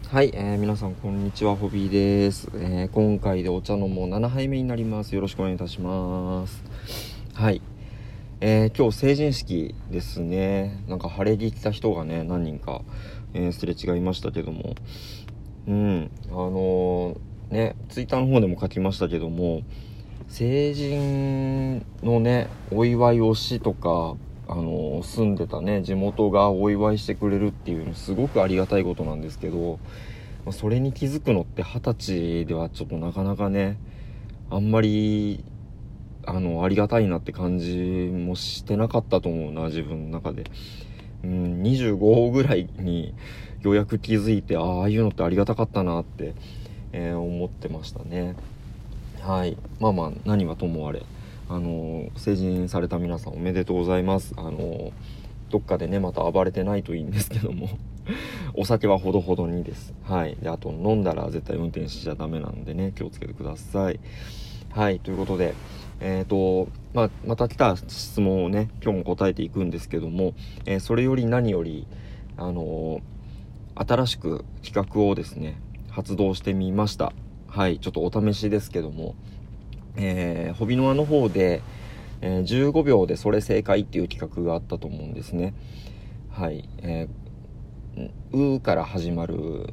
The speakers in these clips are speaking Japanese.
はい、皆さんこんにちは、ホビーです。今回でお茶のもう7杯目になります。よろしくお願いいたします。はい、今日成人式ですね。なんか晴れ着着た人がね何人か、すれ違いましたけども、ツイッターの方でも書きましたけども、成人のねお祝いをしとか住んでたね地元がお祝いしてくれるっていうのすごくありがたいことなんですけど、それに気づくのって20歳ではちょっとなかなかねあんまりありがたいなって感じもしてなかったと思うな、自分の中で。25ぐらいにようやく気づいて、ああいうのってありがたかったなって、思ってましたね。はい、何はともあれ成人された皆さんおめでとうございます。どっかでねまた暴れてないといいんですけどもお酒はほどほどにです。はい。で、あと飲んだら絶対運転しちゃダメなんでね、気をつけてください。はい。ということでまた来た質問をね今日も答えていくんですけども、それより何より新しく企画をですね発動してみました。はい。ちょっとお試しですけども、ホビノアの方で、15秒でそれ正解っていう企画があったと思うんですね。はい。うから始まる、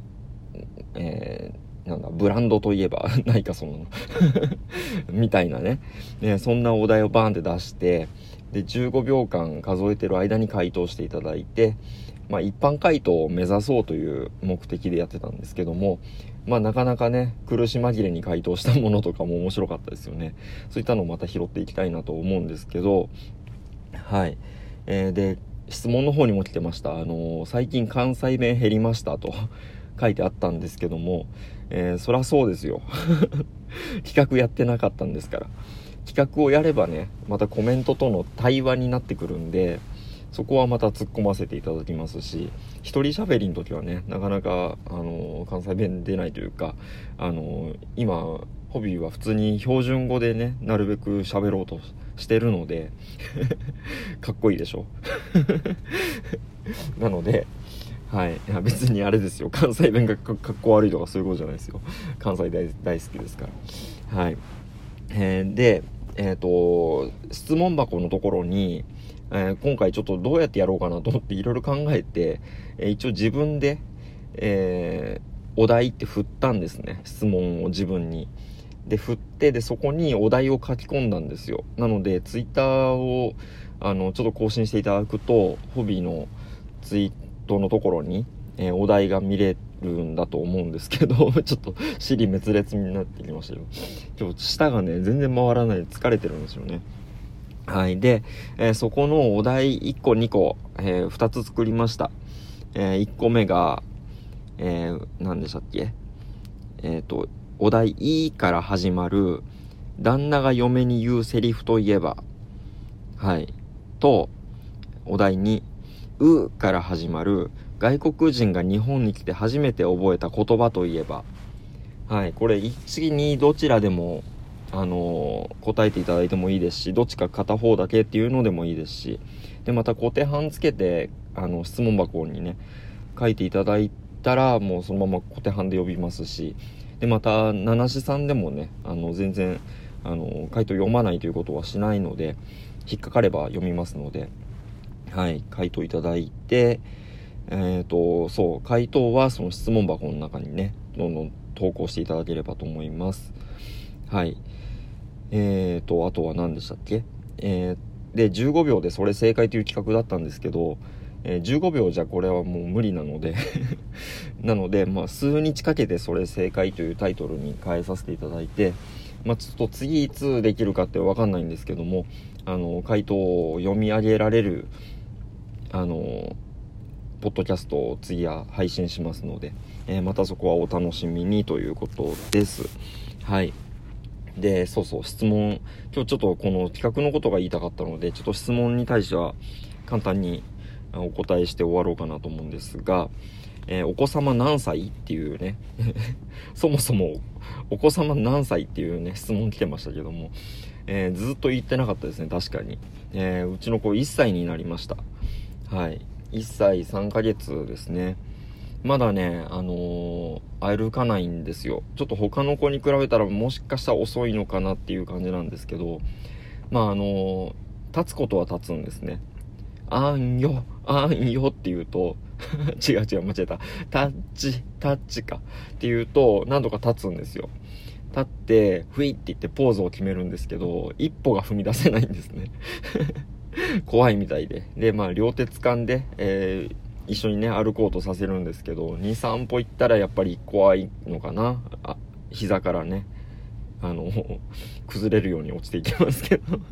ブランドといえばないかそのみたいなね、そんなお題をバーンって出して、で15秒間数えてる間に回答していただいて、一般回答を目指そうという目的でやってたんですけども、なかなかね苦し紛れに回答したものとかも面白かったですよね。そういったのをまた拾っていきたいなと思うんですけど、はい。で質問の方にも来てました。最近関西弁減りましたと書いてあったんですけども、そりゃそうですよ企画やってなかったんですから。企画をやればねまたコメントとの対話になってくるんで、そこはまた突っ込ませていただきますし、一人喋りの時はねなかなか関西弁出ないというか、今ホビーは普通に標準語でねなるべく喋ろうとしてるのでかっこいいでしょなので、はい、いや別にあれですよ、関西弁がかっこ悪いとかそういうことじゃないですよ。関西大好きですから。はい。で質問箱のところに、今回ちょっとどうやってやろうかなと思っていろいろ考えて、一応自分で、お題って振ったんですね。質問を自分にで振って、でそこにお題を書き込んだんですよ。なのでツイッターをちょっと更新していただくとホビーのツイートのところに、お題が見れるんだと思うんですけどちょっと尻滅裂になってきましたよ。今日舌がね全然回らないで疲れてるんですよね。はい。で、そこのお題1個2個、2つ作りました。1個目が、何でしたっけ、お題いから始まる旦那が嫁に言うセリフといえば、はいと、お題にうから始まる外国人が日本に来て初めて覚えた言葉といえば、はい。これ1、2どちらでも答えていただいてもいいですし、どっちか片方だけっていうのでもいいですし、でまた固定版つけて質問箱にね書いていただいたらもうそのまま固定版で呼びますし、でまた七志さんでもね全然回答読まないということはしないので、引っかかれば読みますので、はい回答いただいて、そう回答はその質問箱の中にねどんどん投稿していただければと思います。はい。あとは何でしたっけ、で15秒でそれ正解という企画だったんですけど、15秒じゃこれはもう無理なのでなので、数日かけてそれ正解というタイトルに変えさせていただいて、ちょっと次いつできるかって分かんないんですけども、回答を読み上げられるポッドキャストを次は配信しますので、またそこはお楽しみにということです。はい。で質問、今日ちょっとこの企画のことが言いたかったので、ちょっと質問に対しては簡単にお答えして終わろうかなと思うんですが、お子様何歳っていうねそもそもお子様何歳っていうね質問来てましたけども、ずっと言ってなかったですね。確かに、うちの子1歳になりました。はい、1歳3ヶ月ですね。 まだね歩かないんですよ。ちょっと他の子に比べたらもしかしたら遅いのかなっていう感じなんですけど、立つことは立つんですね。あんよあんよって言うと違う間違えた、タッチかって言うと何度か立つんですよ。立ってふいって言ってポーズを決めるんですけど、一歩が踏み出せないんですね怖いみたいで、両手掴んで、一緒にね歩こうとさせるんですけど、 2,3 歩行ったらやっぱり怖いのかな、膝からね崩れるように落ちていきますけど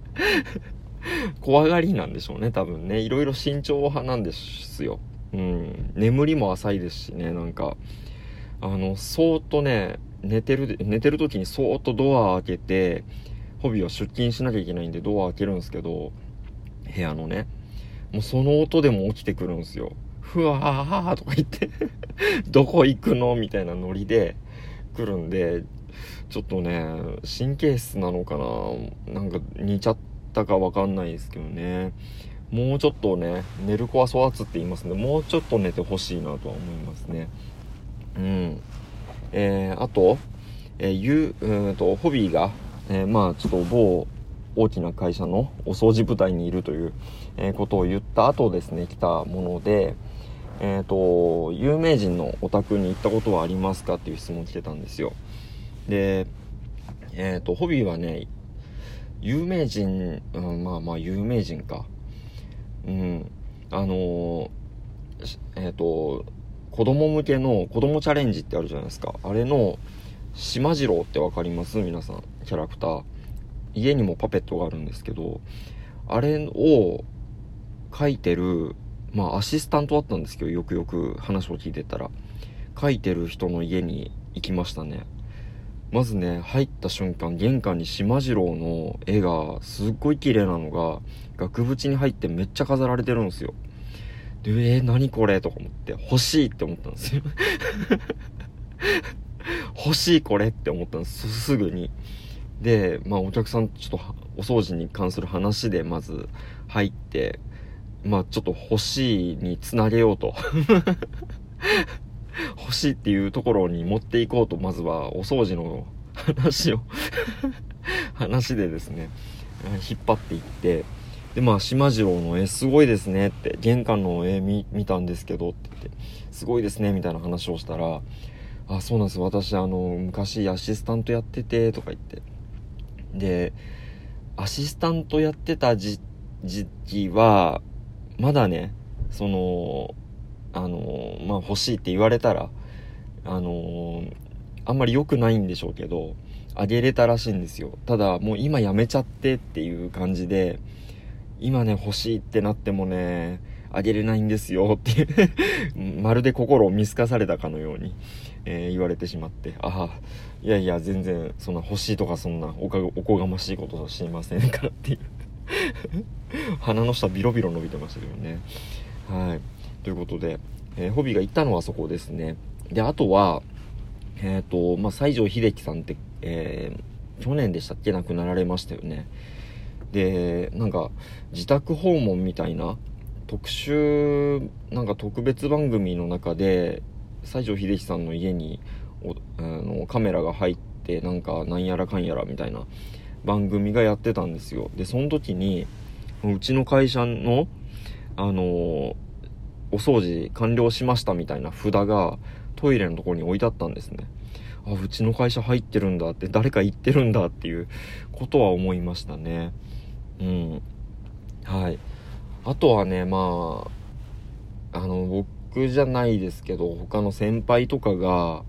怖がりなんでしょうね、多分ね。いろいろ慎重派なんですよ。眠りも浅いですしね、そーっとね寝てる時にそーっとドア開けて、ホビーは出勤しなきゃいけないんでドア開けるんですけど、部屋のね、もうその音でも起きてくるんですよ。ふわーとか言ってどこ行くのみたいなノリで来るんで、ちょっとね神経質なのかな、なんか似ちゃったかわかんないですけどね。もうちょっとね、寝る子は育つって言いますんで、もうちょっと寝てほしいなとは思いますね。あと、ホビーが、ちょっと某大きな会社のお掃除部隊にいるという、ことを言った後ですね、来たもので、有名人のお宅に行ったことはありますかっていう質問来てたんですよ。で、ホビーはね、有名人、有名人か。子供向けの子供チャレンジってあるじゃないですか。あれのしまじろうってわかります？皆さん、キャラクター。家にもパペットがあるんですけど、あれを描いてる、アシスタントだったんですけど、よくよく話を聞いてたら、描いてる人の家に行きましたね。まずね、入った瞬間、玄関にしまじろうの絵がすっごい綺麗なのが額縁に入ってめっちゃ飾られてるんですよ。で、何これとか思って欲しいって思ったんですよ欲しいこれって思ったんです、すぐに。で、お客さんちょっとお掃除に関する話でまず入って、ちょっと欲しいにつなげようと欲しいっていうところに持っていこうと、まずはお掃除の話でですね、引っ張っていって、でしまじろうの絵すごいですねって、玄関の絵見たんですけどって言って、すごいですねみたいな話をしたら、あ、そうなんです、私昔アシスタントやっててとか言って、でアシスタントやってた時期はまだね、欲しいって言われたらあんまり良くないんでしょうけど、あげれたらしいんですよ。ただもう今やめちゃってっていう感じで、今ね欲しいってなってもねあげれないんですよっていうまるで心を見透かされたかのように、言われてしまって、いやいや全然そんな欲しいとかそんなおこがましいことはしませんからっていう鼻の下ビロビロ伸びてましたけどね。はい、ということで、ホビーが行ったのはそこですね。で、あとは西城秀樹さんって、去年でしたっけ、亡くなられましたよね。で、自宅訪問みたいな特別番組の中で西城秀樹さんの家にカメラが入って、なんやらかんやらみたいな番組がやってたんですよ。で、その時にうちの会社のお掃除完了しましたみたいな札がトイレのところに置いてあったんですね。うちの会社入ってるんだって、誰か言ってるんだっていうことは思いましたね。はい。あとはね、僕じゃないですけど、他の先輩とかが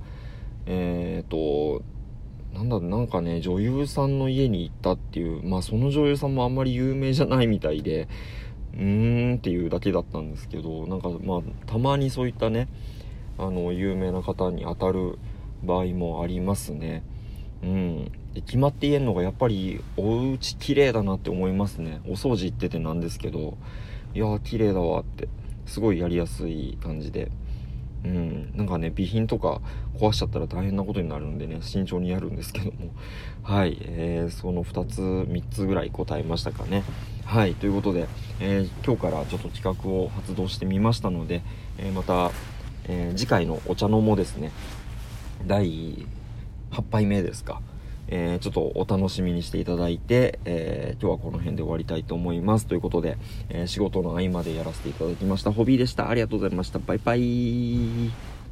女優さんの家に行ったっていう、その女優さんもあんまり有名じゃないみたいで、っていうだけだったんですけど、たまにそういったね、有名な方に当たる場合もありますね。で、決まって言えるのがやっぱりお家綺麗だなって思いますね。お掃除行っててなんですけど、いやー綺麗だわって、すごいやりやすい感じで、備品とか壊しちゃったら大変なことになるんでね、慎重にやるんですけども、はい、その2つ3つぐらい答えましたかね。はい、ということで、今日からちょっと企画を発動してみましたので、また次回のお茶のもですね、第8杯目ですか、ちょっとお楽しみにしていただいて、今日はこの辺で終わりたいと思います。ということで、仕事の合間でやらせていただきましたホビーでした。ありがとうございました。バイバイ。